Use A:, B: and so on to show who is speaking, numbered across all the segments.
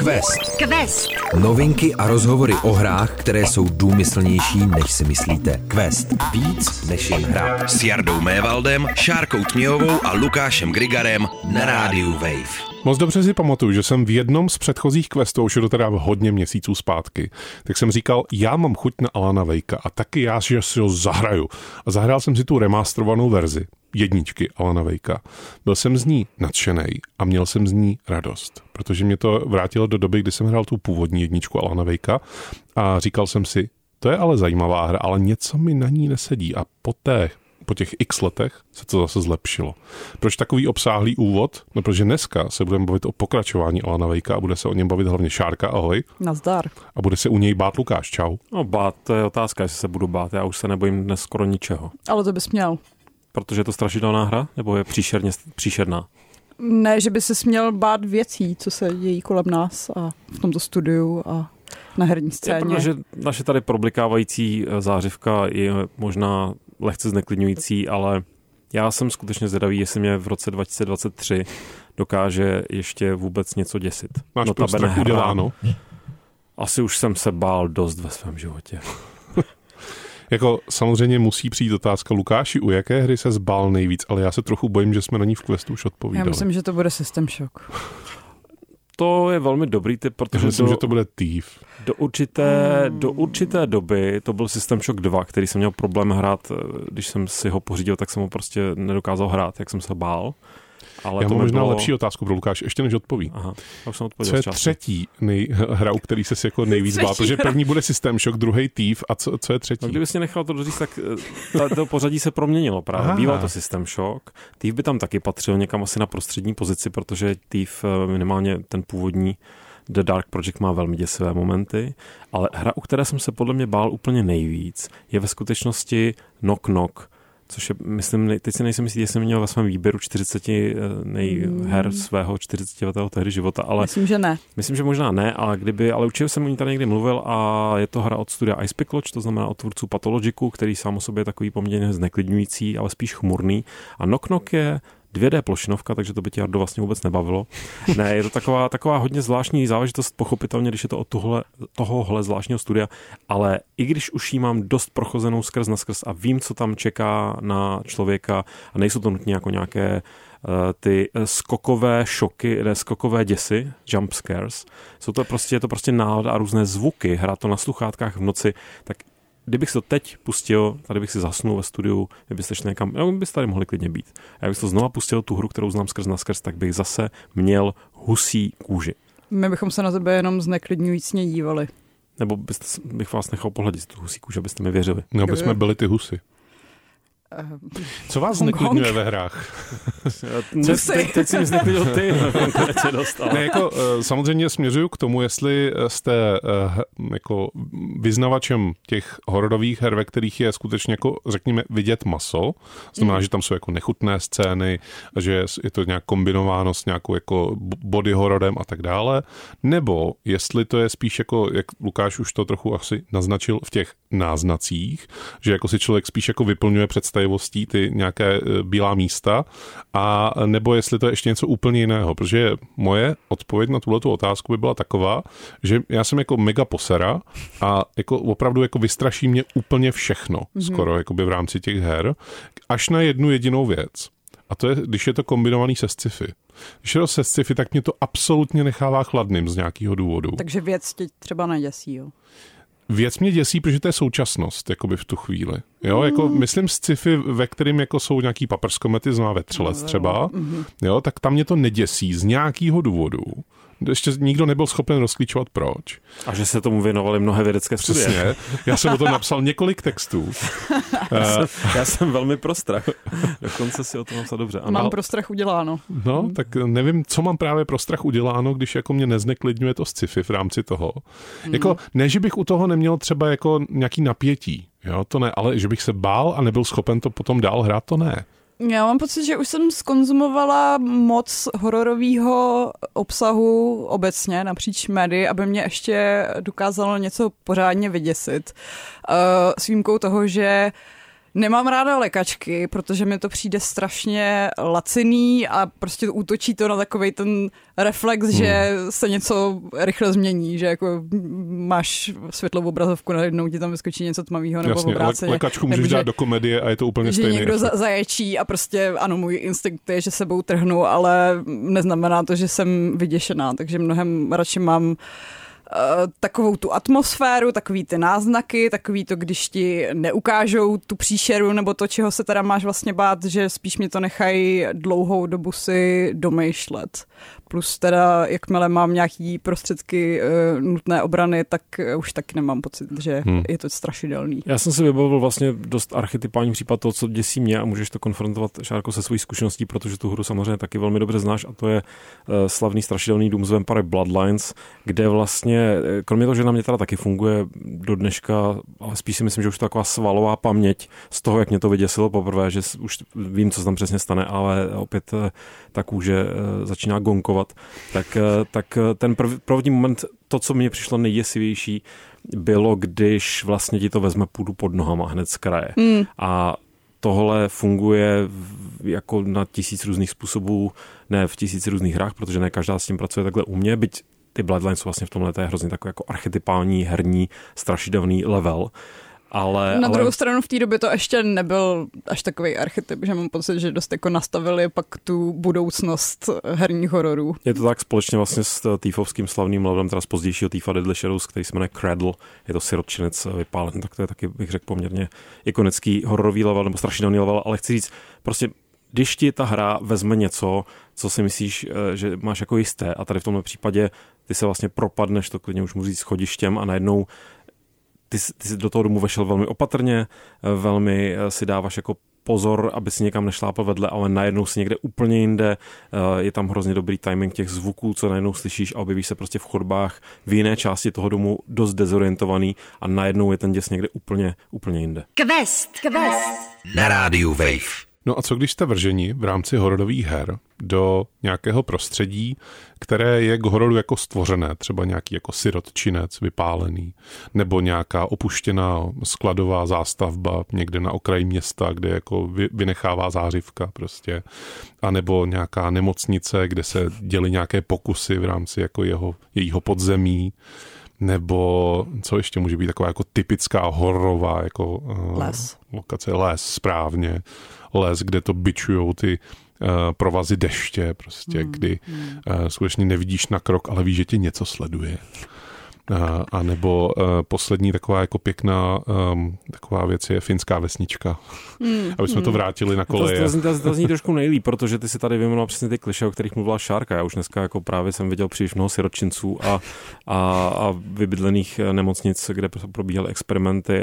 A: Quest. Novinky a rozhovory o hrách, které jsou důmyslnější, než si myslíte. Quest. Víc než jen hra.
B: S Jardou Mévaldem, Šárkou Tměhovou a Lukášem Grigarem na rádiu Wave.
C: Moc dobře si pamatuju, že jsem v jednom z předchozích questů, už je to teda hodně měsíců zpátky, tak jsem říkal, já mám chuť na Alana Wakea a taky já si ho zahraju. A zahrál jsem si tu remasterovanou verzi jedničky Alana Wakea. Byl jsem z ní nadšenej a měl jsem z ní radost, protože mě to vrátilo do doby, kdy jsem hrál tu původní jedničku Alana Wakea a říkal jsem si, to je ale zajímavá hra, ale něco mi na ní nesedí a po těch x letech se to zase zlepšilo. Proč takový obsáhlý úvod? No, protože dneska se budeme bavit o pokračování Alana Wakea a bude se o něm bavit hlavně Šárka, ahoj.
D: Nazdar.
C: A bude se u něj bát Lukáš, čau.
E: No bát, to je otázka, jestli se budu bát, já už se nebojím dnes skoro ničeho.
D: Ale to bys měl.
E: Protože je to strašidelná hra, nebo je příšerná?
D: Ne, že by se směl bát věcí, co se dějí kolem nás a v tomto studiu a na herní scéně.
E: Je pravda, že naše tady problikávající zářivka je možná lehce zneklidňující, ale já jsem skutečně zvědavý, jestli mě v roce 2023 dokáže ještě vůbec něco děsit.
C: Máš prostrach uděláno?
E: Asi už jsem se bál dost ve svém životě.
C: Jako samozřejmě musí přijít otázka Lukáši, u jaké hry se zbál nejvíc, ale já se trochu bojím, že jsme na ní v questu už odpovídali.
D: Já myslím, že to bude System Shock.
E: To je velmi dobrý tip, protože
C: myslím, že to bude Thief.
E: Do určité doby to byl System Shock 2, který jsem měl problém hrát, když jsem si ho pořídil, tak jsem ho prostě nedokázal hrát, jak jsem se bál. Ale
C: já mám možná lepší otázku pro Lukáš, ještě než odpoví.
E: Aha, já už jsem odpověděl.
C: Co je třetí hra, u který se jako nejvíc bál? Protože první bude System Shock, druhý Thief a co je třetí?
E: No, kdybys mě nechal to říct, tak to pořadí se proměnilo právě. Býval to System Shock. Thief by tam taky patřil někam asi na prostřední pozici, protože Thief minimálně ten původní The Dark Project má velmi děsivé momenty, ale hra, u které jsem se podle mě bál úplně nejvíc, je ve skutečnosti Knock Knock, což je, myslím, teď si nejsem jistý, jestli měl ve svém výběru 40 her svého 40letého tehdy života, ale
D: myslím, že ne.
E: Myslím, že možná ne, ale určitě jsem o ní tady někdy mluvil a je to hra od studia Ice Pick Lodge, to znamená od tvůrců Pathologicu, který sám o sobě je takový poměrně zneklidňující, ale spíš chmurný. A Knock Knock je 2D plošinovka, takže to by tě, Jardo, vlastně vůbec nebavilo. Ne, je to taková hodně zvláštní záležitost, pochopitelně, když je to od tohohle zvláštního studia, ale i když už jí mám dost prochozenou skrz na skrz a vím, co tam čeká na člověka a nejsou to nutně jako nějaké ty skokové šoky, skokové děsy, jump scares, je to prostě nálada a různé zvuky, hrát to na sluchátkách v noci, tak kdybych si to teď pustil, tady bych si zasnul ve studiu, kdybyste šli někam, byste tady mohli klidně být. A kdybych to znova pustil, tu hru, kterou znám skrz na skrz, tak bych zase měl husí kůži.
D: My bychom se na tebe jenom zneklidňujícně dívali.
E: Nebo bych vás nechal pohledit tu husí kůži, abyste mi věřili.
C: No, bychom byli ty husy. Co vás zneklidňuje ve hrách?
E: Teď si mi zneklidil ty.
C: Ne, jako, samozřejmě směřuju k tomu, jestli jste jako vyznavačem těch hororových her, ve kterých je skutečně jako, řekněme, vidět maso. Znamená, že tam jsou jako nechutné scény, že je to nějak kombinováno s nějakou jako body hororem a tak dále. Nebo jestli to je spíš jako, jak Lukáš už to trochu asi naznačil v těch náznacích, že jako si člověk spíš jako vyplňuje představivostí ty nějaké bílá místa, a nebo jestli to je ještě něco úplně jiného, protože moje odpověď na tuhletu otázku by byla taková, že já jsem jako mega posera a jako opravdu jako vystraší mě úplně všechno, skoro jakoby v rámci těch her, až na jednu jedinou věc. A to je, když je to kombinovaný se sci-fi. Když je to se sci-fi, tak mě to absolutně nechává chladným z nějakého důvodu.
D: Takže věc tě třeba neděsí, jo?
C: Věc mě děsí, protože to je současnost, jakoby v tu chvíli. Jo, jako myslím sci-fi, ve kterým jako jsou nějaký paprskomety, znamená vetřelec třeba, jo, tak tam mě to neděsí z nějakého důvodu. Ještě nikdo nebyl schopen rozklíčovat proč.
E: A že se tomu věnovali mnohé vědecké studie.
C: Přesně. Já jsem o tom napsal několik textů.
E: Já jsem velmi pro strach. Dokonce si o tom napsal dobře.
D: Mám pro strach uděláno.
C: No, tak nevím, co mám právě pro strach uděláno, když jako mě nezneklidňuje to sci-fi v rámci toho. Jako, ne, že bych u toho neměl třeba jako nějaký napětí, jo, to ne, ale že bych se bál a nebyl schopen to potom dál hrát, to ne.
D: Já mám pocit, že už jsem zkonzumovala moc hororového obsahu obecně napříč médii, aby mě ještě dokázalo něco pořádně vyděsit. S výjimkou toho, že Nemám ráda lékačky, protože mi to přijde strašně laciný a prostě útočí to na takovej ten reflex, že se něco rychle změní, že jako máš světlovou obrazovku, najednou ti tam vyskočí něco tmavého nebo obráceně.
C: Lékačku můžeš dát do komedie a je to úplně stejný.
D: Že někdo zaječí a prostě ano, můj instinkt je, že sebou trhnu, ale neznamená to, že jsem vyděšená, takže mnohem radši mám takovou tu atmosféru, takový ty náznaky, takový to, když ti neukážou tu příšeru nebo to, čeho se teda máš vlastně bát, že spíš mi to nechají dlouhou dobu si domýšlet. Plus teda, jakmile mám nějaký prostředky nutné obrany, tak už taky nemám pocit, že je to strašidelný.
E: Já jsem si vybavil vlastně dost archetypální případ toho, co děsí mě a můžeš to konfrontovat, Šárko, se svojí zkušeností, protože tu hru samozřejmě taky velmi dobře znáš a to je slavný strašidelný dům z Vampire Bloodlines, kde vlastně, kromě toho, že na mě teda taky funguje do dneška, ale spíš si myslím, že už to taková svalová paměť z toho, jak mě to vyděsilo poprvé, že už vím, co se tam přesně stane, ale opět ta kůže začíná gonkovat. Tak ten první moment, to, co mně přišlo nejděsivější, bylo, když vlastně ti to vezme půdu pod nohama hned z kraje. A tohle funguje jako na 1000 různých způsobů, ne v 1000 různých hrách, protože ne každá s tím pracuje takhle u mě, byť ty Bloodlines jsou vlastně v tomhle je hrozně takový jako archetypální, herní, strašidelný level. Ale
D: na druhou stranu v té době to ještě nebyl až takový archetyp, že mám pocit, že dost jako nastavili pak tu budoucnost herních hororů.
E: Je to tak společně vlastně s Thiefovským slavným levelem, teda z pozdějšího Thiefa Deadly Shadows, který se jmenuje Cradle, je to sirotčinec vypálený, tak to je taky, bych řekl, poměrně ikonický hororový level nebo strašidelný level, ale chci říct, prostě když ti ta hra vezme něco, co si myslíš, že máš jako jisté, a tady v tomhle případě ty se vlastně propadneš, to klidně už můžu říct, schodištěm a najednou ty jsi do toho domu vešel velmi opatrně, velmi si dáváš jako pozor, aby si někam nešlápl vedle, ale najednou si někde úplně jinde, je tam hrozně dobrý timing těch zvuků, co najednou slyšíš a objevíš se prostě v chodbách v jiné části toho domu dost dezorientovaný a najednou je ten děs někde úplně jinde.
B: Quest na rádiu Wave.
C: No a co když jste vrženi v rámci hororových her do nějakého prostředí, které je k hororu jako stvořené, třeba nějaký jako sirotčinec vypálený, nebo nějaká opuštěná skladová zástavba někde na okraji města, kde jako vynechává zářivka prostě, a nebo nějaká nemocnice, kde se děly nějaké pokusy v rámci jako jejího podzemí, nebo co ještě může být taková jako typická hororová jako lokace, les, správně. Les, kde to bičujou ty provazy deště, prostě, kdy skutečně nevidíš na krok, ale víš, že tě něco sleduje. A nebo poslední taková jako pěkná taková věc je finská vesnička. Aby jsme to vrátili na koleje.
E: To zní trošku nejlíp, protože ty si tady vyjmenoval přesně ty klišé, o kterých mluvila Šárka. Já už dneska jako právě jsem viděl příliš mnoho sirotčinců a vybydlených nemocnic, kde probíhaly experimenty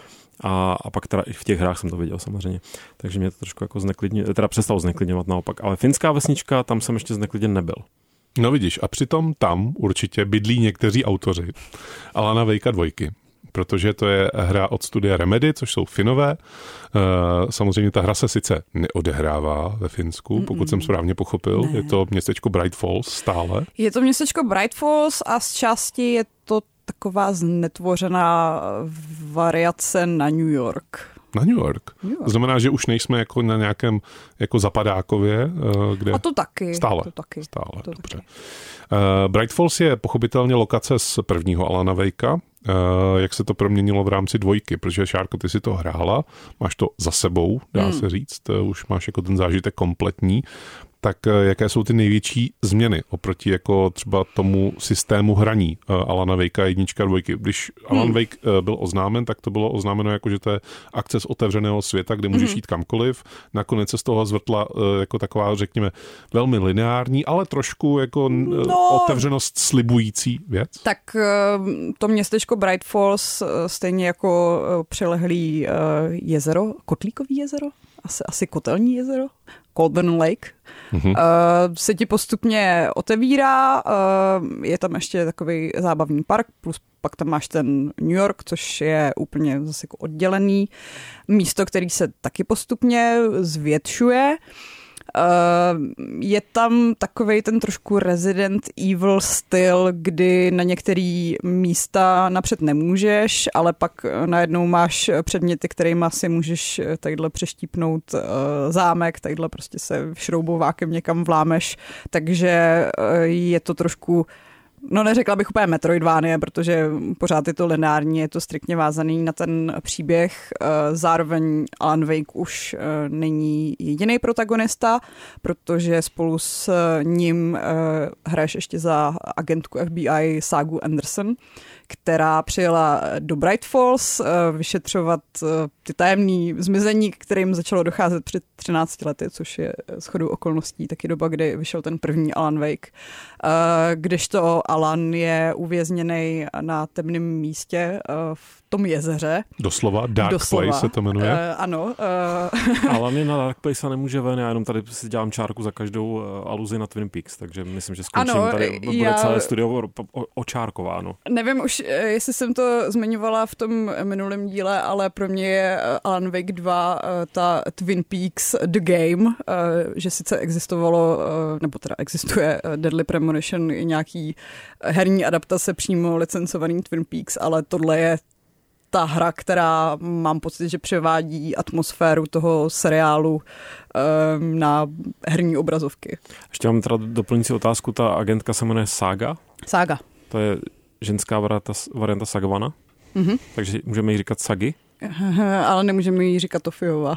E: a pak teda i v těch hrách jsem to viděl samozřejmě. Takže mě to trošku jako přestalo zneklidňovat naopak. Ale finská vesnička, tam jsem ještě zneklidněn nebyl.
C: No vidíš, a přitom tam určitě bydlí někteří autoři Alana Wakea 2, protože to je hra od studia Remedy, což jsou Finové. Samozřejmě ta hra se sice neodehrává ve Finsku, pokud jsem správně pochopil. Ne. Je to městečko Bright Falls stále. Je to
D: městečko Bright Falls a z části je to taková znetvořená variace na New York.
C: Na New York. To znamená, že už nejsme jako na nějakém jako zapadákově, kde...
D: A to taky.
C: Stále.
D: To taky.
C: Dobře. Bright Falls je pochopitelně lokace z prvního Alana Wakea. Jak se to proměnilo v rámci 2, protože Šárko, ty si to hrála, máš to za sebou, dá se říct, už máš jako ten zážitek kompletní. Tak jaké jsou ty největší změny oproti jako třeba tomu systému hraní Alana Wakea 1, 2? Když Alan Wake byl oznámen, tak to bylo oznámeno jako, že to je akce z otevřeného světa, kde můžeš jít kamkoliv. Nakonec se z toho zvrtla jako taková, řekněme, velmi lineární, ale trošku jako otevřenost slibující věc.
D: Tak to městečko Bright Falls, stejně jako přilehlý jezero, Kotlíkový jezero? Asi Kotelní jezero? Colburn Lake, se ti postupně otevírá, je tam ještě takový zábavný park, plus pak tam máš ten New York, což je úplně zase jako oddělený místo, který se taky postupně zvětšuje. Je tam takovej ten trošku Resident Evil styl, kdy na některé místa napřed nemůžeš, ale pak najednou máš předměty, kterýma si můžeš tadyhle přeštípnout zámek, tadyhle prostě se šroubovákem někam vlámeš, takže je to trošku, no neřekla bych úplně Metroidvania, protože pořád je to lineární, je to striktně vázaný na ten příběh. Zároveň Alan Wake už není jediný protagonista, protože spolu s ním hraješ ještě za agentku FBI Sagu Anderson, která přijela do Bright Falls vyšetřovat ty tajemné zmizení, kterým začalo docházet před 13 lety, což je shodou okolností taky doba, kdy vyšel ten první Alan Wake. Kdežto Alan je uvězněný na temném místě v tom jezeře.
C: Doslova Dark Place se to jmenuje.
D: Ano.
E: Alan je na Dark Place a nemůže ven, já jenom tady si dělám čárku za každou aluzi na Twin Peaks, takže myslím, že skončím tady, bude celé studio očárkováno.
D: Nevím už, jestli jsem to zmiňovala v tom minulém díle, ale pro mě je Alan Wake 2 ta Twin Peaks The Game, že sice existovalo, nebo teda existuje Deadly Premonition i nějaký herní adaptace přímo licencovaný Twin Peaks, ale tohle je ta hra, která mám pocit, že převádí atmosféru toho seriálu na herní obrazovky.
E: Ještě mám teda doplňující otázku, ta agentka se jmenuje Saga?
D: Saga.
E: To je ženská varianta Sagvana?
D: Mm-hmm.
E: Takže můžeme jí říkat Sagi?
D: Ale nemůžeme jí říkat Tofiova.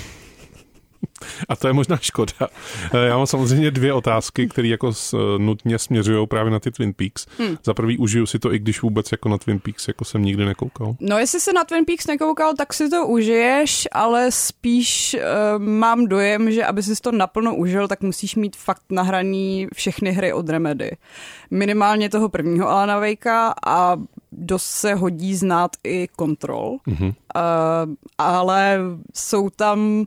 C: A to je možná škoda. Já mám samozřejmě 2 otázky, které jako nutně směřují právě na ty Twin Peaks. Za prvý, užiju si to, i když vůbec jako na Twin Peaks jako jsem nikdy nekoukal.
D: No, jestli se na Twin Peaks nekoukal, tak si to užiješ, ale spíš mám dojem, že aby si to naplno užil, tak musíš mít fakt nahraný všechny hry od Remedy. Minimálně toho prvního Alana Wakea a dost se hodí znát i Control. Mm-hmm. Ale jsou tam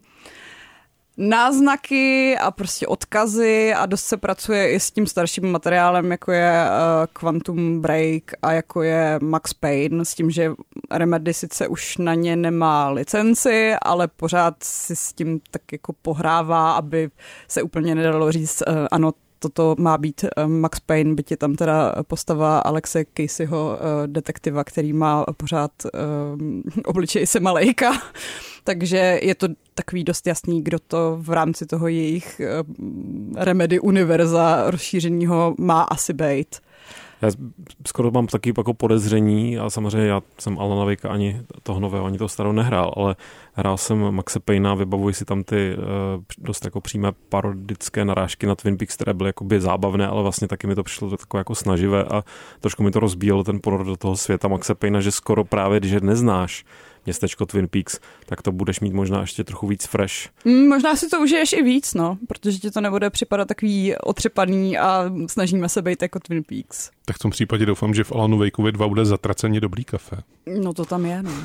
D: náznaky a prostě odkazy a dost se pracuje i s tím starším materiálem, jako je Quantum Break a jako je Max Payne, s tím, že Remedy sice už na ně nemá licenci, ale pořád si s tím tak jako pohrává, aby se úplně nedalo říct, ano, toto má být Max Payne, byť je tam teda postava Alexe Caseyho, detektiva, který má pořád obličej Sama Lakea. Takže je to takový dost jasný, kdo to v rámci toho jejich Remedy univerza rozšířeného má asi být.
E: Já skoro mám taky jako podezření a samozřejmě já jsem Alana Wakea ani toho nového, ani toho starého nehrál, ale hrál jsem Maxe Payna, vybavuji si tam ty dost jako přímé parodické narážky na Twin Peaks, které byly jakoby zábavné, ale vlastně taky mi to přišlo takové jako snaživé a trošku mi to rozbíjelo ten ponor do toho světa Maxe Payna, že skoro právě, když neznáš městečko Twin Peaks, tak to budeš mít možná ještě trochu víc fresh.
D: Možná si to užiješ i víc, no, protože ti to nebude připadat takový otřepaný a snažíme se být jako Twin Peaks.
C: Tak v tom případě doufám, že v Alanu Wakeovi 2 bude zatraceně dobrý kafe.
D: No to tam je, no.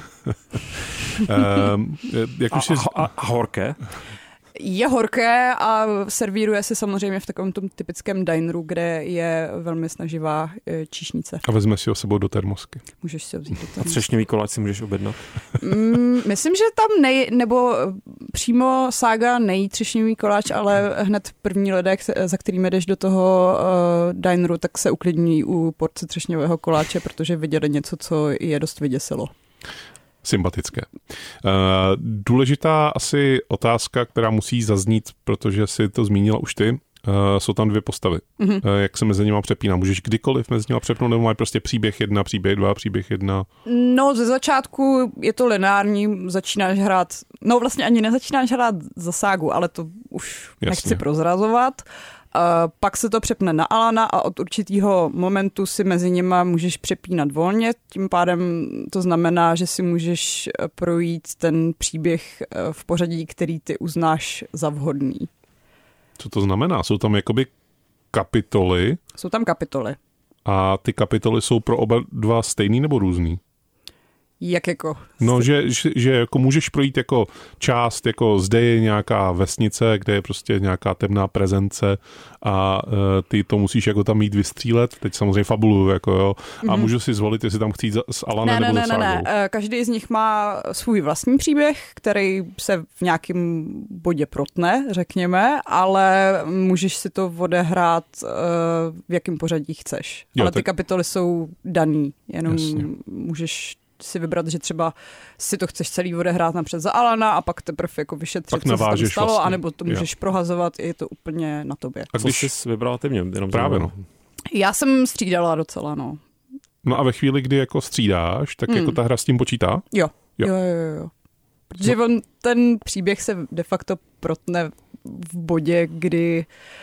E: A horké?
D: Je horké a servíruje se samozřejmě v takovém tom typickém dineru, kde je velmi snaživá číšnice.
C: A vezme si ho sebou do termosky.
D: Můžeš si ho vzít do termosky.
E: A třešňový koláč si můžeš objednat?
D: Myslím, že tam nebo přímo Saga nejí třešňový koláč, ale hned první lidé, za kterými jdeš do toho dineru, tak se uklidní u porce třešňového koláče, protože viděli něco, co je dost vyděsilo.
C: Sympatické. Důležitá asi otázka, která musí zaznít, protože si to zmínila už ty, jsou tam 2 postavy. Mm-hmm. Jak se mezi nimi přepíná? Můžeš kdykoliv mezi nimi přepnout, nebo máš prostě příběh 1, příběh 2, příběh 1? No,
D: ze začátku je to lineární, začínáš hrát, no vlastně ani nezačínáš hrát za Ságu, ale to už nechci prozrazovat. Pak se to přepne na Alana a od určitého momentu si mezi nima můžeš přepínat volně, tím pádem to znamená, že si můžeš projít ten příběh v pořadí, který ty uznáš za vhodný.
C: Co to znamená? Jsou tam jakoby kapitoly?
D: Jsou tam kapitoly.
C: A ty kapitoly jsou pro oba dva stejný nebo různý?
D: Jak jako?
C: No, že jako můžeš projít jako část, jako zde je nějaká vesnice, kde je prostě nějaká temná prezence a ty to musíš jako tam mít vystřílet, teď samozřejmě fabuluju, jako jo, a můžu si zvolit, jestli tam chci jít s Alanem nebo se Ságou.
D: Ne. Každý z nich má svůj vlastní příběh, který se v nějakém bodě protne, řekněme, ale můžeš si to odehrát v jakém pořadí chceš.
C: Jo,
D: ale ty kapitoly jsou daný, jenom můžeš si vybrat, že třeba si to chceš celý odehrát napřed za Alana a pak teprve jako vyšetřit, co se tam stalo, vlastně. Anebo to můžeš prohazovat, je to úplně na tobě.
E: A když jsi vybrala ty mě?
C: Právě no.
D: Já jsem střídala docela, no.
C: No a ve chvíli, kdy jako střídáš, tak jako ta hra s tím počítá?
D: Jo. Protože on, ten příběh se de facto protne v bodě, kdy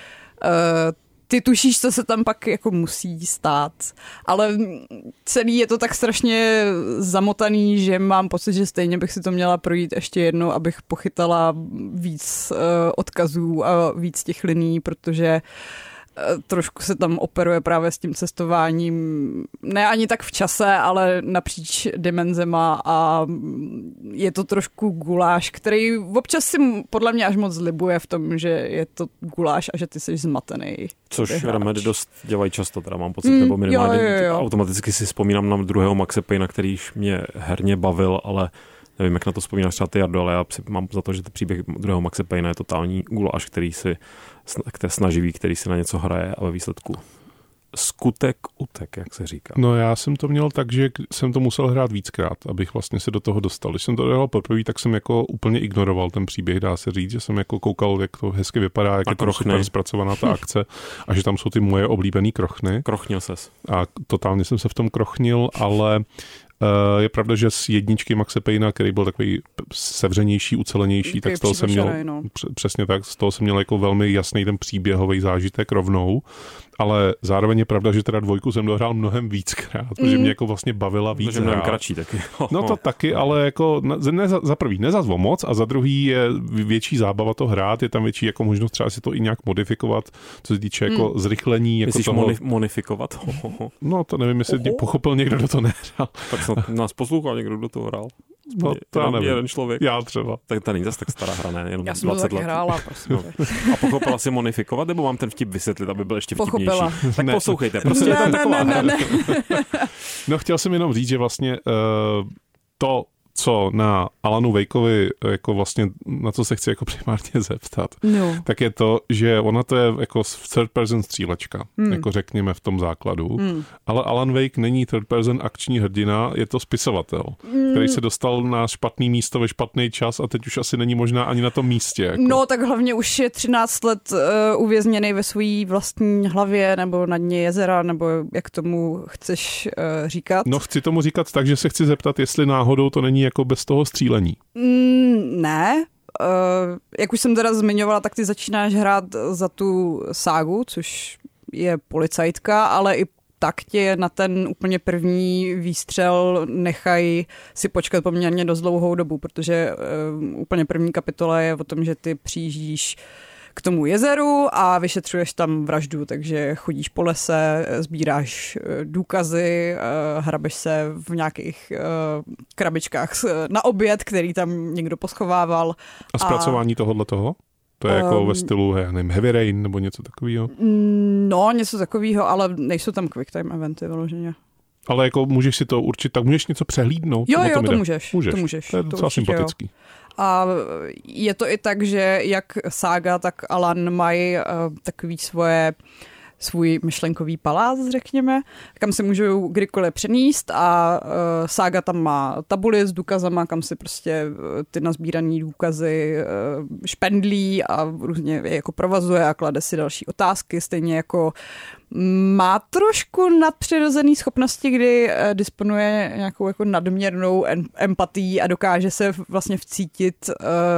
D: ty tušíš, co se tam pak jako musí stát. Ale celý je to tak strašně zamotaný, že mám pocit, že stejně bych si to měla projít ještě jednou, abych pochytala víc odkazů a víc těch liní, protože trošku se tam operuje právě s tím cestováním, ne ani tak v čase, ale napříč dimenzema a je to trošku guláš, který občas si podle mě až moc zlibuje v tom, že je to guláš a že ty jsi zmatený.
E: Což Remedy dost dělají často, teda mám pocit, nebo minimálně automaticky si vzpomínám na druhého Maxe Payna, který mě herně bavil, ale nevím, jak na to vzpomínáš třeba ty, Jardo, ale já mám za to, že ten příběh druhého Maxe Payna je totální guláš, který si snaživý, který si na něco hraje a ve výsledku skutek utek, jak se říká.
C: No já jsem to měl tak, že jsem to musel hrát víckrát, abych vlastně se do toho dostal. Když jsem to hrál poprvé, tak jsem jako úplně ignoroval ten příběh, dá se říct, že jsem jako koukal, jak to hezky vypadá, jak je to super zpracovaná ta akce a že tam jsou ty moje oblíbený krochny.
E: Krochnil ses.
C: A totálně jsem se v tom krochnil, ale je pravda, že z jedničky Maxe Payna, který byl takový sevřenější, ucelenější, tak z toho jsem měl, přesně tak, z toho jsem měl jako velmi jasný ten příběhový zážitek rovnou, ale zároveň je pravda, že teda dvojku jsem dohrál mnohem víckrát, protože mě jako vlastně bavila víc hrát.
E: Kratší taky.
C: No to taky, ale jako za prvý nezazvo moc a za druhý je větší zábava to hrát, je tam větší jako možnost třeba si to i nějak modifikovat, co se týče jako zrychlení. Jako
E: myslíš toho... modifikovat?
C: No to nevím, jestli pochopil někdo, kdo to nehrál.
E: Tak snad nás poslouchal někdo, kdo to hrál.
C: No to já nevím.
E: Jeden člověk.
C: Já třeba.
E: Tak to není zase tak stará hra, ne? Jenom
D: já
E: 20 let. Já jsem to taky
D: hrála, prosím.
E: No. A pochopila si modifikovat, nebo mám ten vtip vysvětlit, aby byl ještě vtipnější?
D: Pochopila.
E: Tak poslouchejte, prostě je tam taková hra.
C: No chtěl jsem jenom říct, že vlastně to, co na Alanu Wakeovi jako vlastně, na co se chci jako primárně zeptat, tak je to, že ona to je jako third person střílečka, jako řekněme v tom základu, ale Alan Wake není third person akční hrdina, je to spisovatel, který se dostal na špatný místo ve špatný čas a teď už asi není možná ani na tom místě. Jako.
D: No tak hlavně už je 13 let uvězněný ve své vlastní hlavě nebo na dně jezera, nebo jak tomu chceš říkat.
C: No chci tomu říkat tak, že se chci zeptat, jestli náhodou to není jako bez toho střílení.
D: Ne. Jak už jsem teda zmiňovala, tak ty začínáš hrát za tu ságu, což je policajtka, ale i tak tě na ten úplně první výstřel nechají si počkat poměrně dost dlouhou dobu, protože úplně první kapitola je o tom, že ty přijíždíš k tomu jezeru a vyšetřuješ tam vraždu, takže chodíš po lese, sbíráš důkazy, hrabeš se v nějakých krabičkách na oběd, který tam někdo poschovával.
C: A zpracování tohoto? To je jako ve stylu, já nevím, Heavy Rain nebo něco takového?
D: No, něco takového, ale nejsou tam quick time eventy vyloženě.
C: Ale jako můžeš si to určit, tak můžeš něco přehlídnout?
D: Jo, to můžeš. To můžeš.
C: To je docela sympatický.
D: A je to i tak, že jak Sága, tak Alan mají takový svůj myšlenkový palác, řekněme, kam se můžou kdykoliv přenést a Sága tam má tabuli s důkazama, kam si prostě ty nazbírané důkazy špendlí a různě jako provazuje a klade si další otázky, stejně jako má trošku nadpřirozené schopnosti, kdy disponuje nějakou jako nadměrnou empatií a dokáže se vlastně vcítit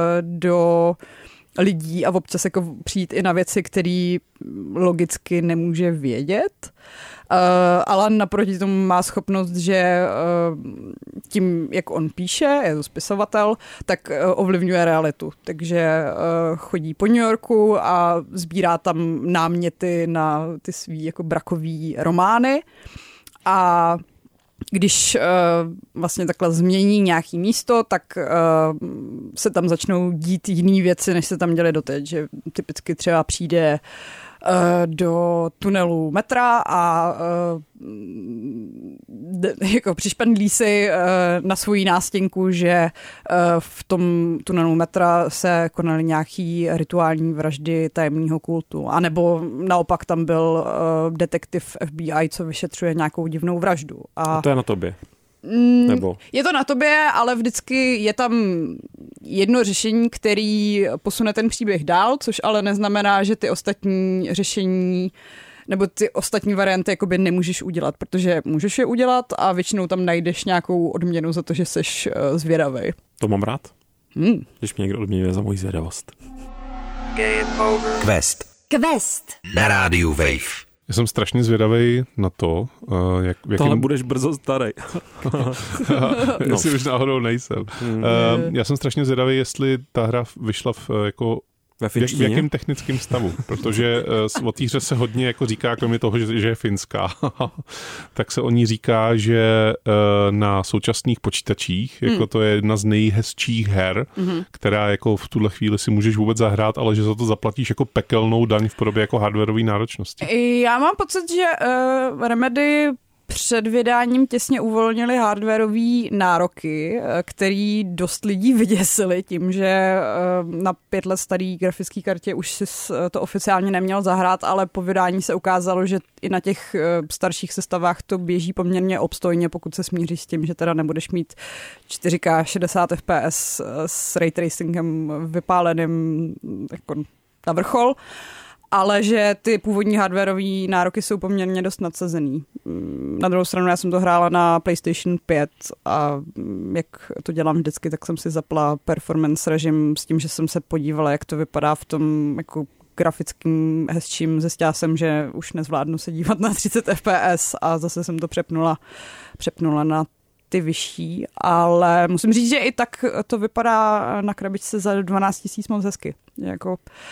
D: do lidí a občas jako přijít i na věci, které logicky nemůže vědět. Alan naproti tomu má schopnost, že tím, jak on píše, je to spisovatel, tak ovlivňuje realitu. Takže chodí po New Yorku a sbírá tam náměty na ty svý jako brakový romány a když vlastně takhle změní nějaký místo, tak se tam začnou dít jiné věci, než se tam děly doteď, že typicky třeba přijde do tunelu metra a jako přišpendlí si na svoji nástěnku, že v tom tunelu metra se konaly nějaký rituální vraždy tajemného kultu. A nebo naopak tam byl detektiv FBI, co vyšetřuje nějakou divnou vraždu.
E: A to je na tobě? Nebo?
D: Je to na tobě, ale vždycky je tam jedno řešení, který posune ten příběh dál, což ale neznamená, že ty ostatní řešení nebo ty ostatní varianty jakoby nemůžeš udělat, protože můžeš je udělat a většinou tam najdeš nějakou odměnu za to, že seš zvědavej.
E: To mám rád, když mě někdo odměňuje za moji zvědavost.
B: Quest na rádiu Wave.
C: Já jsem strašně zvědavý na to,
E: Tohle budeš brzo starý.
C: Jestli už náhodou nejsem. Já jsem strašně zvědavý, jestli ta hra vyšla v jakém technickém stavu, protože o té hře se hodně jako říká, kromě toho, že je finská, tak se o ní říká, že na současných počítačích, jako to je jedna z nejhezčích her, která jako v tuhle chvíli si můžeš vůbec zahrát, ale že za to zaplatíš jako pekelnou daň v podobě jako hardwareové náročnosti.
D: Já mám pocit, že Remedy před vydáním těsně uvolnili hardwareové nároky, který dost lidí vyděsili tím, že na 5 let starý grafický kartě už si to oficiálně neměl zahrát, ale po vydání se ukázalo, že i na těch starších sestavách to běží poměrně obstojně, pokud se smíříš s tím, že teda nebudeš mít 4K 60 FPS s ray tracingem vypáleným jako na vrchol. Ale že ty původní hardwareové nároky jsou poměrně dost nadsazený. Na druhou stranu já jsem to hrála na PlayStation 5 a jak to dělám vždycky, tak jsem si zapla performance režim s tím, že jsem se podívala, jak to vypadá v tom jako grafickým hezčím. Zjistila jsem, že už nezvládnu se dívat na 30 FPS a zase jsem to přepnula na ty vyšší, ale musím říct, že i tak to vypadá na krabičce za 12 000 moc hezky. Jako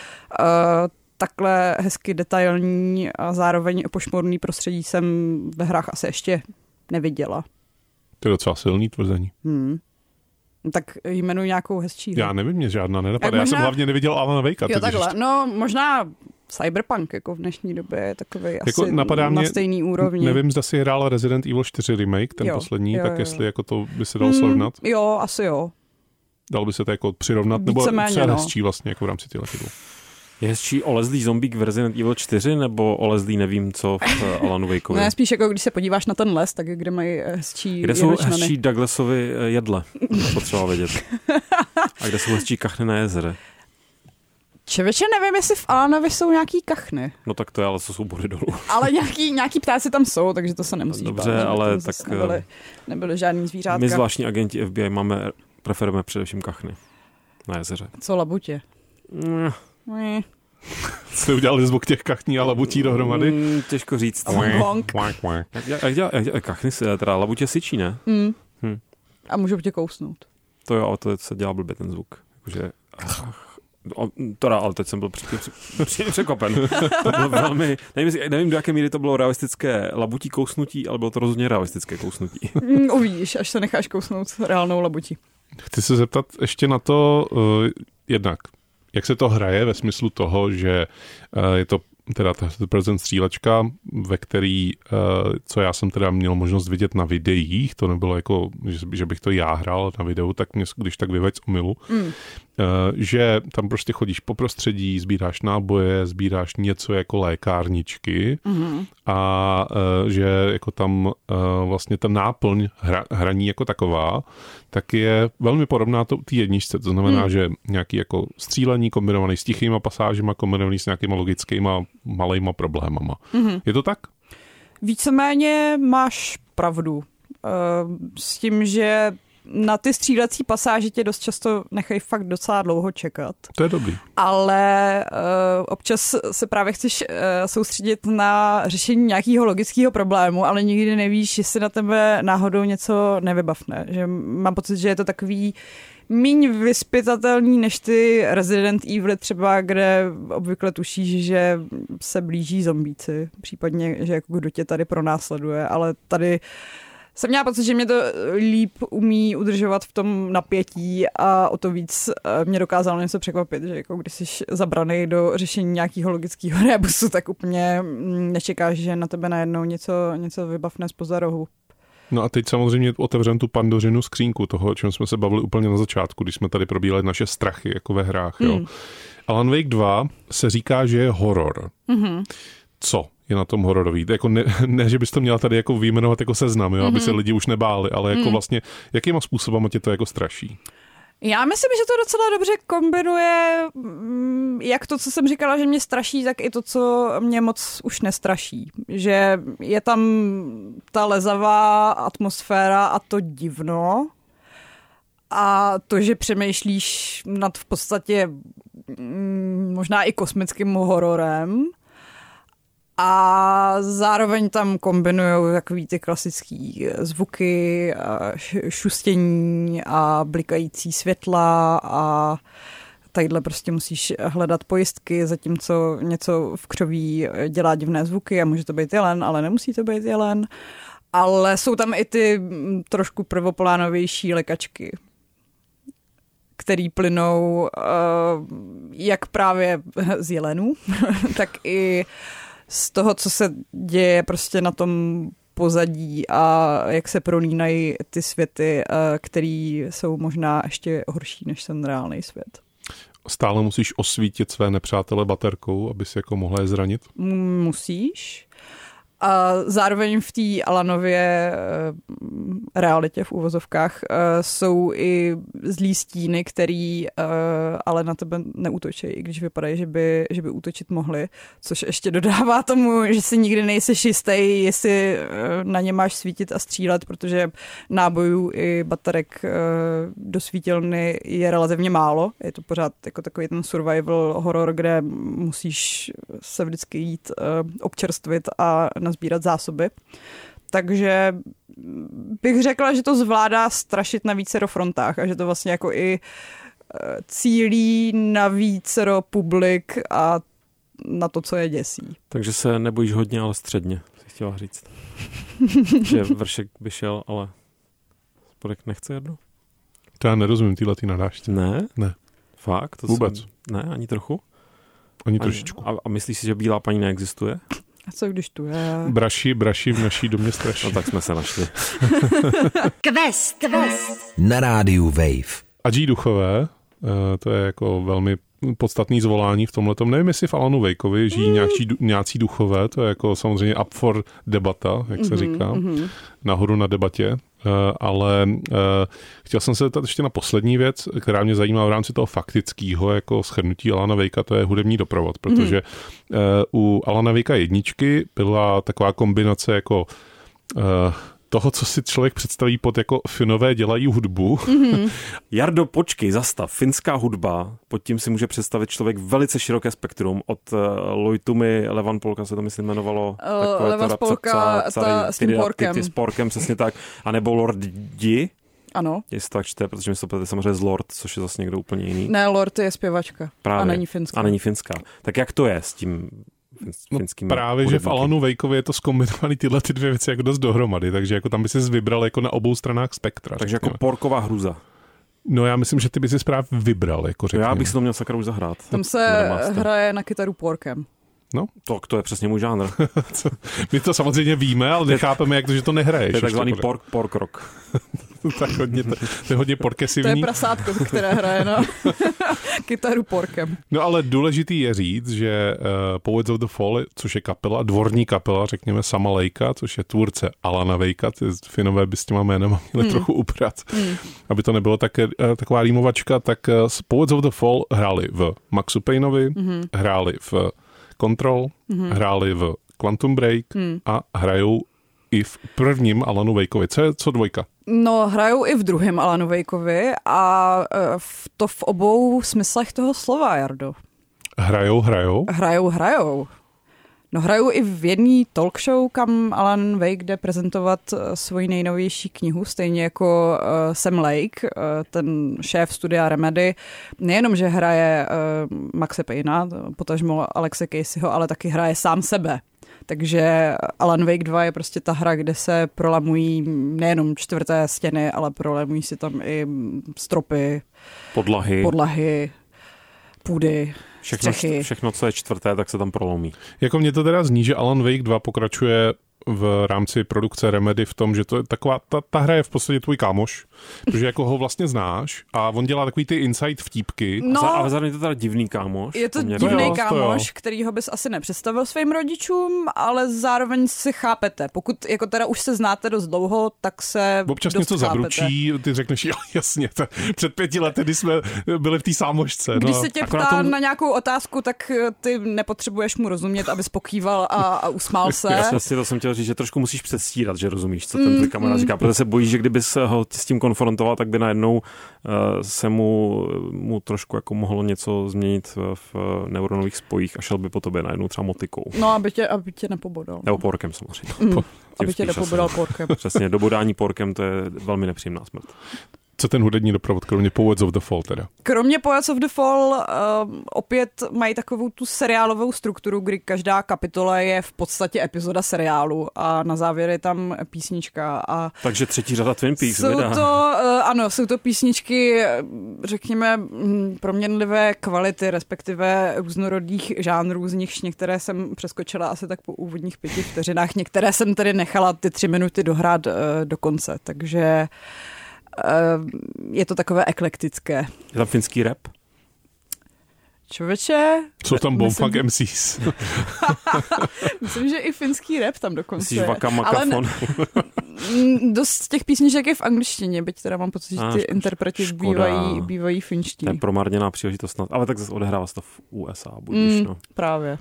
D: takhle hezky detailní a zároveň pošmorný prostředí jsem ve hrách asi ještě neviděla.
C: To je docela silný tvrzení.
D: Tak jmenuji nějakou hezčí hru.
C: Já nevím, mě žádná nenapadá. Já jsem hlavně neviděl Alana Wakea.
D: Jo, takhle. No, možná Cyberpunk jako v dnešní době je takový jako asi na stejný úrovni.
C: Nevím, zda si hrál Resident Evil 4 remake, ten poslední, tak jestli jako to by se dalo srovnat.
D: Jo, asi jo.
C: Dalo by se to jako přirovnat, nebo třeba hezčí vlastně jako v rámci těchto titulů.
E: Je hezčí olezlý zombík v Resident Evil 4 nebo olezlý nevím co v Alanu Wakeovi?
D: Ne, spíš jako když se podíváš na ten les, tak kde mají hezčí
E: Kde jsou hezčí Douglasovy jedle? Potřeba vědět. A kde jsou hezčí kachny na jezeře?
D: Čevěče, nevím, jestli v Alanovi jsou nějaký kachny.
E: No tak to je, ale jsou body dolů.
D: Ale nějaký ptáci tam jsou, takže to se nemusí
E: Dobře,
D: bát.
E: ale tak
D: nebyly žádný zvířátka.
E: My zvláštní agenti FBI preferujeme především kachny na jezeře.
D: Co labutě?
C: Jste udělali zvuk těch kachní a labutí dohromady?
E: Těžko říct. Jak kachny se, teda labutě syčí, ne?
D: A můžou tě kousnout.
E: To jo, ale to se dělá blbě ten zvuk. Jakože... ale teď jsem byl překvapen. To bylo velmi... Nevím, do jaké míry to bylo realistické labutí kousnutí, ale bylo to rozhodně realistické kousnutí.
D: Uvidíš, až se necháš kousnout reálnou labutí.
C: Chci se zeptat ještě na to jednak. Jak se to hraje ve smyslu toho, že je to teda ta prezent střílečka, ve který, co já jsem teda měl možnost vidět na videích, to nebylo jako, že bych to já hrál na videu, tak mě když tak vyveď z omylu, že tam prostě chodíš po prostředí, sbíráš náboje, sbíráš něco jako lékárničky a že jako tam vlastně ta náplň hraní jako taková, tak je velmi podobná té jedničce, to znamená, že nějaký jako střílení kombinovaný s tichýma pasážima, kombinovaný s nějakýma logickýma malejma problémama. Je to tak?
D: Víceméně máš pravdu. S tím, že na ty střílecí pasáže tě dost často nechají fakt docela dlouho čekat.
C: To je dobrý.
D: Ale občas se právě chceš soustředit na řešení nějakého logického problému, ale nikdy nevíš, jestli na tebe náhodou něco nevybavne. Že mám pocit, že je to takový míň vyzpytatelný než ty Resident Evil třeba, kde obvykle tušíš, že se blíží zombíci, případně, že jako kdo tě tady pronásleduje, ale tady Jsem měla pocit, že mě to líp umí udržovat v tom napětí a o to víc mě dokázalo něco překvapit, že jako když jsi zabraný do řešení nějakého logického rebusu, tak úplně nečekáš, že na tebe najednou něco vybavne zpoza rohu.
C: No a teď samozřejmě otevřeme tu Pandořinu skřínku toho, o čem jsme se bavili úplně na začátku, když jsme tady probírali naše strachy jako ve hrách. Jo. Alan Wake 2 se říká, že je horor. Co je na tom hororový? Jako ne, že bys to měla tady jako vyjmenovat jako seznam, jo, aby se lidi už nebáli, ale jako vlastně, jakýma způsobama tě to jako straší?
D: Já myslím, že to docela dobře kombinuje jak to, co jsem říkala, že mě straší, tak i to, co mě moc už nestraší. Že je tam ta lezavá atmosféra a to divno a to, že přemýšlíš nad v podstatě možná i kosmickým hororem a zároveň tam kombinujou takový ty klasický zvuky, šustění a blikající světla a tadyhle prostě musíš hledat pojistky, zatímco něco v křoví dělá divné zvuky a může to být jelen, ale nemusí to být jelen. Ale jsou tam i ty trošku prvoplánovější lekačky, který plynou jak právě z jelenů, tak i z toho, co se děje prostě na tom pozadí a jak se prolínají ty světy, které jsou možná ještě horší než ten reálný svět.
C: Stále musíš osvítit své nepřátele baterkou, aby si jako mohla je zranit?
D: Musíš. A zároveň v té Alanově realitě v uvozovkách jsou i zlý stíny, který ale na tebe neútočí, i když vypadají, že by útočit mohli, což ještě dodává tomu, že si nikdy nejseš jistý, jestli na ně máš svítit a střílet, protože nábojů i baterek do svítilny je relativně málo. Je to pořád jako takový ten survival horor, kde musíš se vždycky jít občerstvit a nazbírat zásoby. Takže bych řekla, že to zvládá strašit na vícero frontách a že to vlastně jako i cílí na vícero publik a na to, co je děsí.
E: Takže se nebojíš hodně, ale středně, si chtěla říct. Že vršek by šel, ale spodek nechce jedno?
C: To já nerozumím týhletý nadážce.
E: Ne?
C: Ne.
E: Fakt? To
C: vůbec?
E: Ne, ani trochu?
C: Ani trošičku.
E: A myslíš si, že bílá paní neexistuje?
D: A co když tu je?
C: Braši v naší domě straší.
E: No tak jsme se našli.
A: Quest na rádiu Wave.
C: A G duchové, to je jako velmi podstatný zvolání v tomhletom. Nevím, jestli v Alanu Wakeovi žijí nějací duchové, to je jako samozřejmě up for debata, jak se říká, nahoru na debatě. Ale chtěl jsem se zeptat ještě na poslední věc, která mě zajímá v rámci toho faktického jako shrnutí Alana Wakea, to je hudební doprovod, protože u Alana Wakea 1 byla taková kombinace jako toho, co si člověk představí pod jako Finové dělají hudbu.
E: Jardo, počkej, zastav. Finská hudba, pod tím si může představit člověk velice široké spektrum. Od Loitumi, Levan Polka se to myslím jmenovalo.
D: Levan Polka s tím porkem.
E: Ty s porkem, přesně tak. A nebo Lord Di.
D: Ano.
E: Jestli to tak čte, protože mi se to samozřejmě z Lord, což je zase někdo úplně jiný.
D: Ne, Lord je zpěvačka.
E: Právě.
D: A není finská.
E: Tak jak to je s tím finským
C: právě,
E: hudebníky?
C: že v Alanu Wakeovi je to zkombinovaný tyhle ty dvě věci jako dost dohromady, takže jako tam by ses vybral jako na obou stranách spektra.
E: Takže jako porková hruza.
C: No já myslím, že ty by si právě vybral, jako řekněme.
E: Já bych si to měl sakra už zahrát.
D: Tam se hraje na kytaru porkem.
C: No.
E: To je přesně můj žánr.
C: My to samozřejmě víme, ale nechápeme, jak to, že to nehraješ.
E: To je takzvaný pork rock.
C: Tak hodně, to je hodně porkesivní.
D: To je prasátko, které hraje na kytaru porkem.
C: No ale důležitý je říct, že Poets of the Fall, což je kapela, dvorní kapela, řekněme Sama Lakea, což je tvůrce Alana Wakea, ty Finové by s těma jménama měli trochu uprat. Aby to nebylo taková rýmovačka, tak Poets of the Fall hráli v Maxu Payneovi, hráli v Control, hráli v Quantum Break a hrajou i v prvním Alanu Wakeovi. Co dvojka?
D: No, hrajou i v druhém Alanu Wakeovi a to v obou smyslech toho slova, Jardo.
C: Hrajou?
D: Hrajou. No, hrajou i v jedné talk show, kam Alan Wake jde prezentovat svoji nejnovější knihu, stejně jako Sam Lake, ten šéf studia Remedy. Nejenom, že hraje Maxe Payna, potažmo Alexe Caseyho, ale taky hraje sám sebe. Takže Alan Wake 2 je prostě ta hra, kde se prolamují nejenom čtvrté stěny, ale prolamují si tam i stropy, podlahy, půdy, střechy.
E: Všechno, co je čtvrté, tak se tam prolomí.
C: Jako mě to teda zní, že Alan Wake 2 pokračuje v rámci produkce Remedy v tom, že to je taková, ta hra je v podstatě tvůj kámoš, protože jako ho vlastně znáš a on dělá takový ty inside vtípky.
E: A zároveň je to teda divný kámoš.
D: Je to divný kámoš, kterýho bys asi nepředstavil svým rodičům, ale zároveň si chápete. Pokud jako teda už se znáte dost dlouho, tak se
C: občas
D: dost
C: něco
D: chápete.
C: zabručí, ty řekneš, jo, jasně, před 5 lety, kdy jsme byli v té sámošce.
D: Když se tě ptá na nějakou otázku, tak ty nepotřebuješ mu rozumět, abys pokýval a usmál se.
E: Jasně, to jsem chtěl říct, že trošku musíš předstírat, že rozumíš, co ten tvůj kamarád říká, protože se bojíš, že kdyby se ho s tím konfrontoval, tak by najednou se mu trošku jako mohlo něco změnit v neuronových spojích a šel by po tobě najednou třeba motikou.
D: No, aby tě nepobodal.
E: Nebo porkem samozřejmě.
D: Aby tě nepobodal porkem.
E: Přesně, dobodání porkem, to je velmi nepříjemná smrt.
C: Co ten hudební doprovod, kromě Poets of the Fall teda?
D: Kromě Poets of the Fall opět mají takovou tu seriálovou strukturu, kdy každá kapitola je v podstatě epizoda seriálu a na závěr je tam písnička.
E: Takže třetí řada Twin Peaks.
D: Jsou to písničky, řekněme, proměnlivé kvality, respektive různorodých žánrů, z nichž některé jsem přeskočila asi tak po úvodních 5 vteřinách, některé jsem tedy nechala ty 3 minuty dohrát do konce, takže je to takové eklektické.
E: Je tam finský rap?
D: Člověče...
C: Jsou tam Bombfunk MCs.
D: Myslím, že i finský rap tam dokonce.
E: Myslíš Vaka Makafon?
D: Dost těch písniček je v angličtině, byť teda mám pocit, že ty interpreti bývají finští.
E: To je promarněná příležitost, ale tak zase odehrává se to v USA. Budíš, no.
D: Právě.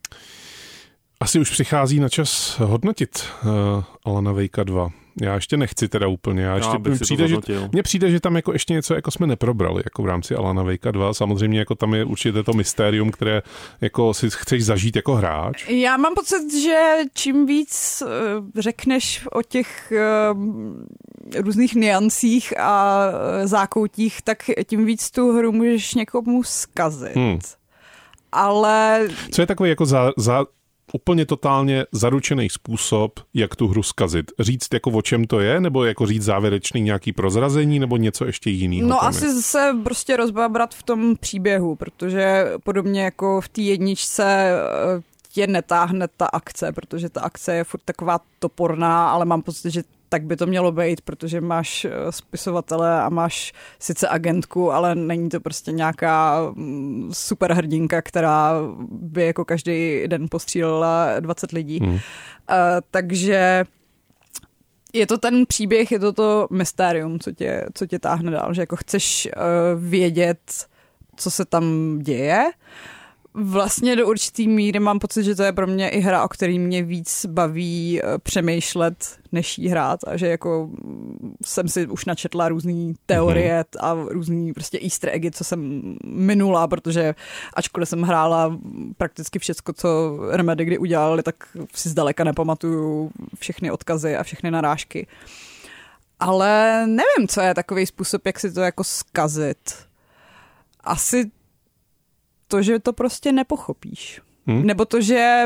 C: Asi už přichází na čas hodnotit Alana Wakea 2. Já ještě nechci teda úplně. Mně přijde, že tam jako ještě něco jako jsme neprobrali jako v rámci Alana Wakea 2. Samozřejmě jako tam je určitě to mystérium, které jako si chceš zažít jako hráč.
D: Já mám pocit, že čím víc řekneš o těch různých niancích a zákoutích, tak tím víc tu hru můžeš někomu zkazit. Ale...
C: Co je takový jako úplně totálně zaručený způsob, jak tu hru zkazit? Říct jako o čem to je, nebo jako říct závěrečný nějaký prozrazení, nebo něco ještě jiného?
D: No asi se prostě rozbabrat v tom příběhu, protože podobně jako v té jedničce tě netáhne ta akce, protože ta akce je furt taková toporná, ale mám pocit, že tak by to mělo být, protože máš spisovatele a máš sice agentku, ale není to prostě nějaká superhrdinka, která by jako každý den postřílela 20 lidí. Takže je to ten příběh, je to mystérium, co tě táhne dál, že jako chceš vědět, co se tam děje. Vlastně do určitý míry mám pocit, že to je pro mě i hra, o který mě víc baví přemýšlet, než jí hrát a že jako jsem si už načetla různý teorie a různý prostě easter eggy, co jsem minula, protože ačkoliv jsem hrála prakticky všecko, co Remedy kdy udělali, tak si zdaleka nepamatuju všechny odkazy a všechny narážky. Ale nevím, co je takový způsob, jak si to jako zkazit. Asi to, že to prostě nepochopíš. Nebo to, že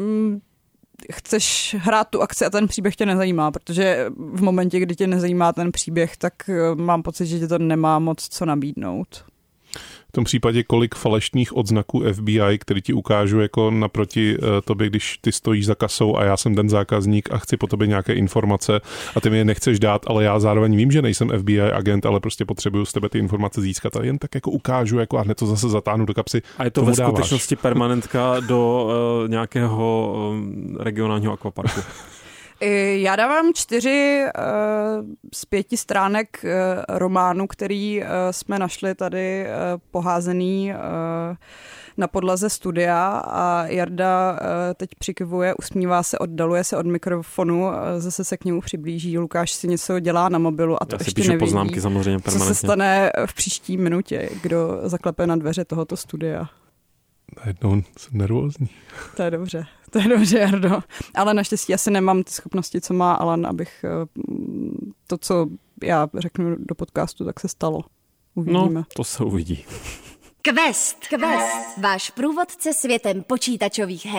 D: chceš hrát tu akci a ten příběh tě nezajímá, protože v momentě, kdy tě nezajímá ten příběh, tak mám pocit, že tě to nemá moc co nabídnout.
C: V tom případě kolik falešných odznaků FBI, který ti ukážu jako naproti tobě, když ty stojíš za kasou a já jsem ten zákazník a chci po tobě nějaké informace a ty mi je nechceš dát, ale já zároveň vím, že nejsem FBI agent, ale prostě potřebuju z tebe ty informace získat a jen tak jako ukážu jako a hned to zase zatáhnu do kapsy. A
E: je to ve skutečnosti permanentka do nějakého regionálního akvaparku.
D: Já dávám 4 z 5 stránek románu, který jsme našli tady poházený na podlaze studia a Jarda teď přikyvuje, usmívá se, oddaluje se od mikrofonu, zase se k němu přiblíží. Lukáš si něco dělá na mobilu a to ještě nevidí,
E: poznámky samozřejmě permanentně.
D: Co se stane v příští minutě, kdo zaklepe na dveře tohoto studia.
C: Najednou jsem nervózní.
D: To je dobře, Jardo. Ale naštěstí asi nemám ty schopnosti, co má Alan, abych to, co já řeknu do podcastu, tak se stalo. Uvidíme.
E: No, to se uvidí.
F: Quest. Váš průvodce světem počítačových her.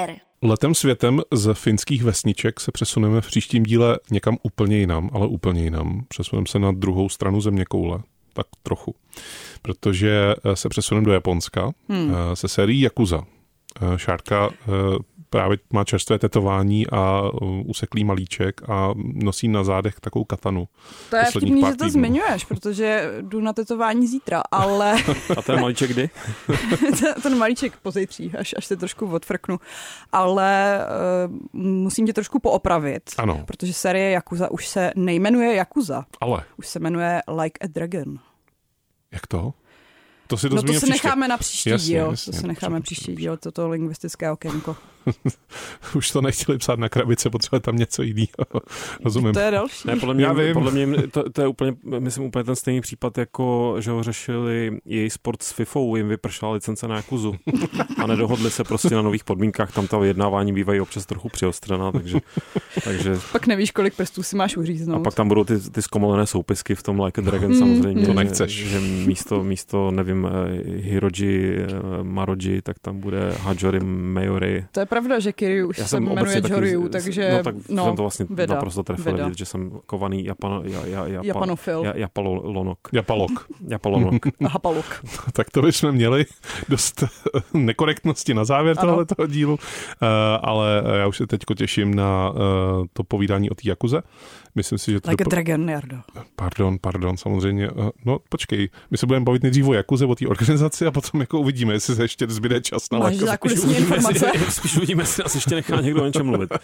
C: Letem světem z finských vesniček se přesuneme v příštím díle někam úplně jinam, ale úplně jinam. Přesuneme se na druhou stranu zeměkoule, tak trochu. Protože se přesuneme do Japonska se sérií Yakuza. Šárka právě má čerstvé tetování a useklý malíček a nosí na zádech takovou katanu.
D: To je vtipný, že to zmiňuješ, protože jdu na tetování zítra, ale...
E: A ten malíček kdy?
D: Ten malíček pozejtří, až se trošku odfrknu. Ale musím tě trošku poopravit,
C: ano.
D: Protože série Yakuza už se nejmenuje Yakuza.
C: Ale?
D: Už se jmenuje Like a Dragon.
C: Jak to? To si
D: to se
C: příště.
D: necháme na příští díl.
C: Jasně,
D: to se necháme příští díl, toto lingvistické okénko.
C: Už to nechtěli psát na krabice, potřebuje tam něco jiného. Rozumím.
D: To je další.
E: Ne, podle mě to je úplně, myslím, úplně ten stejný případ, jako že ho řešili EA Sports s FIFou, jim vypršela licence na Yakuzu a nedohodli se prostě na nových podmínkách, tam ta vyjednávání bývají občas trochu přiostřená, takže...
D: Pak nevíš, kolik prstů si máš uříznout.
E: A pak tam budou ty zkomolené soupisky v tom Like a Dragon samozřejmě.
C: To nechceš.
E: Že místo, nevím, Hiroji, Maroji, tak tam bude Hajori Mayori.
D: To je pravda, že Kiryu už se jmenuje Joryu, takže...
E: No tak jsem to vlastně naprosto trefil vidět, že jsem kovaný
D: Japanofil.
E: Japalonok.
D: Hapalok.
C: Tak to bychom měli dost nekorektnosti na závěr tohoto dílu, ale já už se teďko těším na to povídání o té Yakuze. Myslím si, že to...
D: Like a Dragon, Jardo.
C: Pardon, samozřejmě. No počkej, my se budeme bavit nejdřív o Yakuze, o té organizaci a potom jako uvidíme, jestli se ještě zbyde čas na
D: Máš zákulisní informace?
E: Spíš uvidíme, jestli nás ještě nechá někdo o něčem mluvit.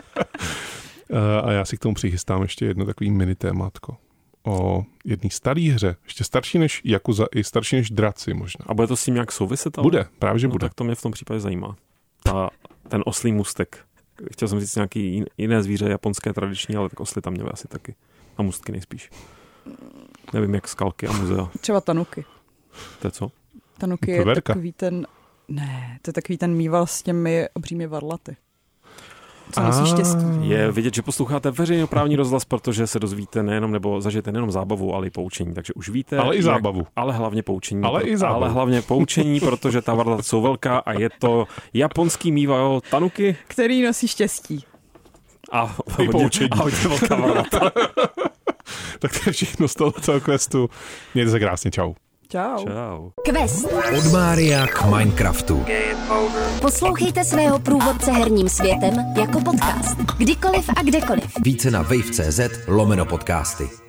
C: A já si k tomu přichystám ještě jedno takový mini tématko. O jedné staré hře, ještě starší než Yakuza i starší než Draci možná.
E: A bude to s tím nějak souviset? Ale?
C: Bude, právě že bude.
E: Tak to mě v tom případě zajímá. Ten oslý můstek. Chtěl jsem říct nějaký jiné zvíře, japonské, tradiční, ale tak osly tam měly asi taky. A můstky nejspíš. Nevím, jak skalky a muzea.
D: Třeba tanuki.
E: To je co?
D: Tanuki je takový ten... Ne, to je takový ten mýval s těmi obřími varlaty. Co nosí štěstí.
E: Je vidět, že posloucháte veřejnoprávní rozhlas, protože se dozvíte nejenom nebo zažijete nejenom zábavu, ale i poučení. Takže už víte.
C: Ale i zábavu.
E: Ale hlavně poučení.
C: Ale
E: hlavně poučení, protože ta varlata jsou velká a je to japonský mýval tanuki,
D: který nosí štěstí.
E: A
C: poučení.
E: A hodně velká varlata.
C: Tak to je všechno z tohoto questu. Mějte se krásně, čau.
E: Čau.
A: Quest. Od Mária k Minecraftu.
F: Poslouchejte svého průvodce herním světem jako podcast. Kdykoliv a kdekoliv.
A: Více na wave.cz/podcasty.